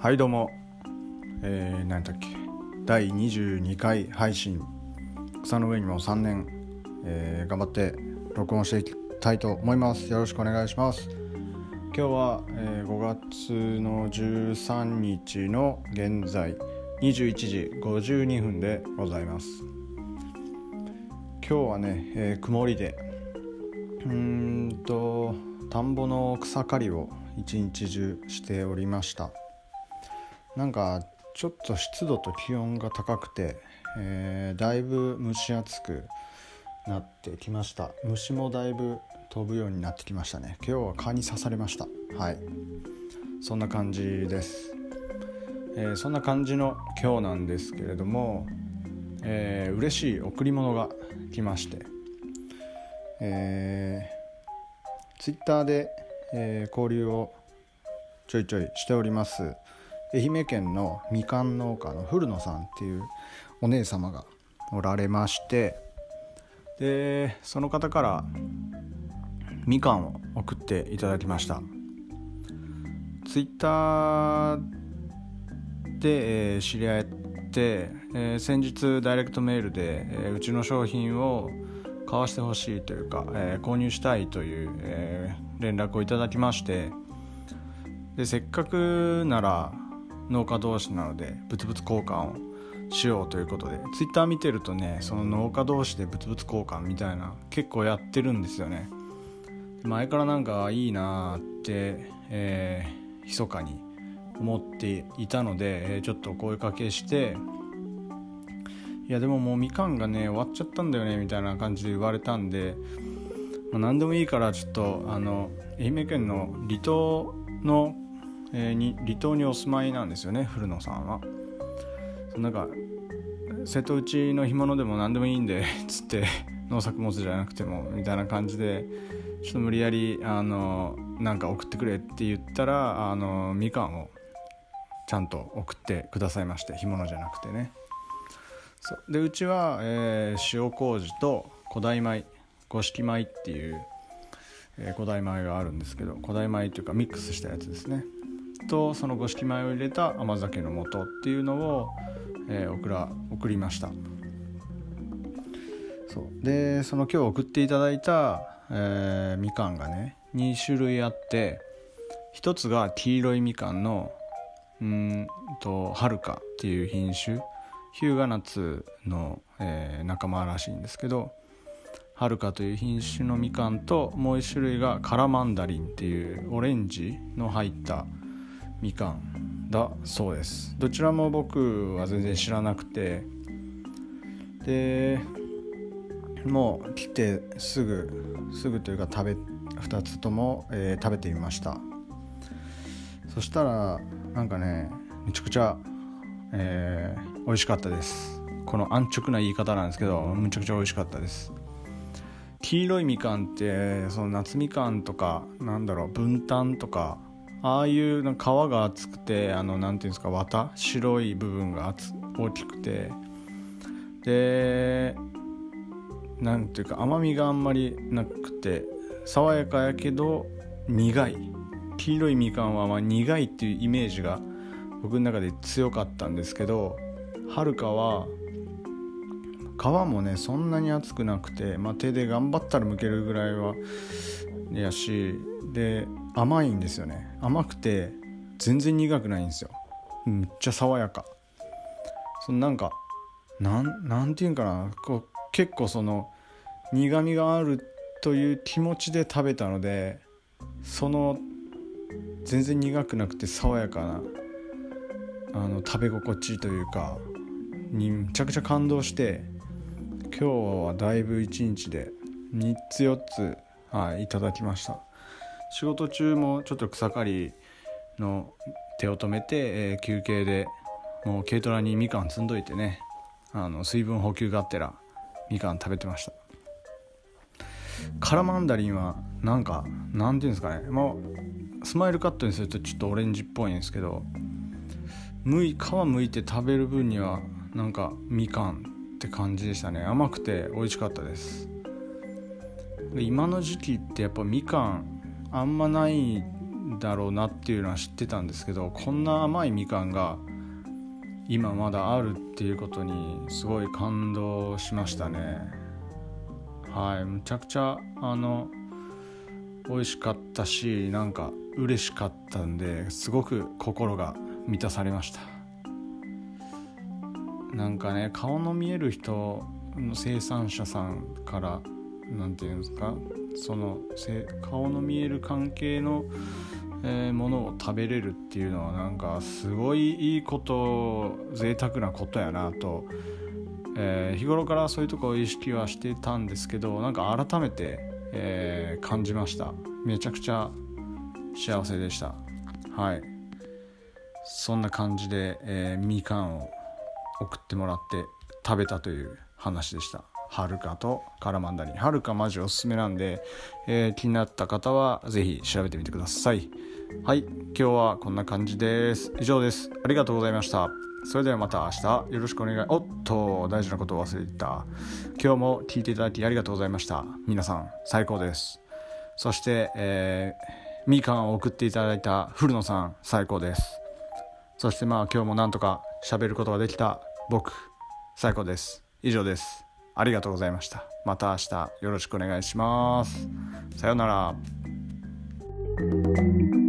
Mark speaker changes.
Speaker 1: はいどうも、何だっけ第22回配信草の上にも3年、頑張って録音していきたいと思います。よろしくお願いします。今日は、5月の13日の現在21時52分でございます。今日はね、曇りで田んぼの草刈りを一日中しておりました。なんかちょっと湿度と気温が高くて、だいぶ蒸し暑くなってきました。虫もだいぶ飛ぶようになってきましたね。今日は蚊に刺されました。はい、そんな感じです。そんな感じの今日なんですけれども、嬉しい贈り物が来まして、ツイッターで、交流をちょいちょいしております愛媛県のみかん農家の古野さんっていうお姉様がおられまして、でその方からみかんを送っていただきました。ツイッターで、知り合って、先日ダイレクトメールで、うちの商品を買わせてほしいというか、購入したいという、連絡をいただきまして、でせっかくなら農家同士なので物々交換をしようということで、ツイッター見てるとね、その農家同士で物々交換みたいな結構やってるんですよね。前からなんかいいなって、密かに思っていたので、ちょっと声かけして、いやでももうみかんがね終わっちゃったんだよねみたいな感じで言われたんで、何でもいいからちょっと愛媛県の離島の離島にお住まいなんですよね、古野さんは。なんか瀬戸内の干物でも何でもいいんでつって農作物じゃなくてもみたいな感じで、ちょっと無理やりなんか送ってくれって言ったらみかんをちゃんと送ってくださいまして、干物じゃなくてね。そうでうちは、塩麹と古代米、五色米っていう、古代米があるんですけど、古代米というかミックスしたやつですねと、その五色米を入れた甘酒の素っていうのを、送りました。そうでその今日送っていただいた、みかんがね2種類あって、一つが黄色いみかんのはるかっていう品種、日向夏の、仲間らしいんですけど、はるかという品種のみかんと、もう一種類がカラマンダリンっていうオレンジの入ったみかんだそうです。どちらも僕は全然知らなくて、でもう来てすぐというか2つとも、食べてみました。そしたらなんかねめちゃくちゃ、美味しかったです。この安直な言い方なんですけど、めちゃくちゃ美味しかったです。黄色いみかんってその夏みかんとか分担とか、ああいう皮が厚くてなんていうんですか、綿白い部分が大きくて、でなんていうか甘みがあんまりなくて爽やかやけど苦い。黄色いみかんは苦いっていうイメージが僕の中で強かったんですけど、はるかは皮もねそんなに厚くなくて、手で頑張ったら剥けるぐらいはやし、で甘いんですよね。甘くて全然苦くないんですよ。めっちゃ爽やか。そのなんていうんかな、結構その苦みがあるという気持ちで食べたので、その全然苦くなくて爽やかな食べ心地というかにめちゃくちゃ感動して、今日はだいぶ1日で3つ4つ、いただきました。仕事中もちょっと草刈りの手を止めて、休憩でもう軽トラにみかん積んどいてね、水分補給がてらみかん食べてました。カラマンダリンはなんていうんですかね、スマイルカットにするとちょっとオレンジっぽいんですけど、皮むいて食べる分にはなんかみかんって感じでしたね。甘くて美味しかったです。今の時期ってやっぱみかんあんまないだろうなっていうのは知ってたんですけど、こんな甘いみかんが今まだあるっていうことにすごい感動しましたね。はい、むちゃくちゃ美味しかったし、なんか嬉しかったんで、すごく心が満たされました。なんかね、顔の見える人の生産者さんからなんていうんですか、その顔の見える関係の、ものを食べれるっていうのはなんかすごいいいこと、贅沢なことやなと、日頃からそういうところを意識はしてたんですけど、なんか改めて、感じました。めちゃくちゃ幸せでした。はい、そんな感じで、みかんを送ってもらって食べたという話でした。はるかとカラマンダリン、はるかマジおすすめなんで、気になった方はぜひ調べてみてください。はい、今日はこんな感じです。以上です。ありがとうございました。それではまた明日よろしくお願い。おっと、大事なことを忘れていた。今日も聞いていただきありがとうございました。皆さん最高です。そして、みかんを送っていただいた古野さん最高です。そして今日もなんとか喋ることができた僕最高です。以上です。ありがとうございました。また明日よろしくお願いします。さようなら。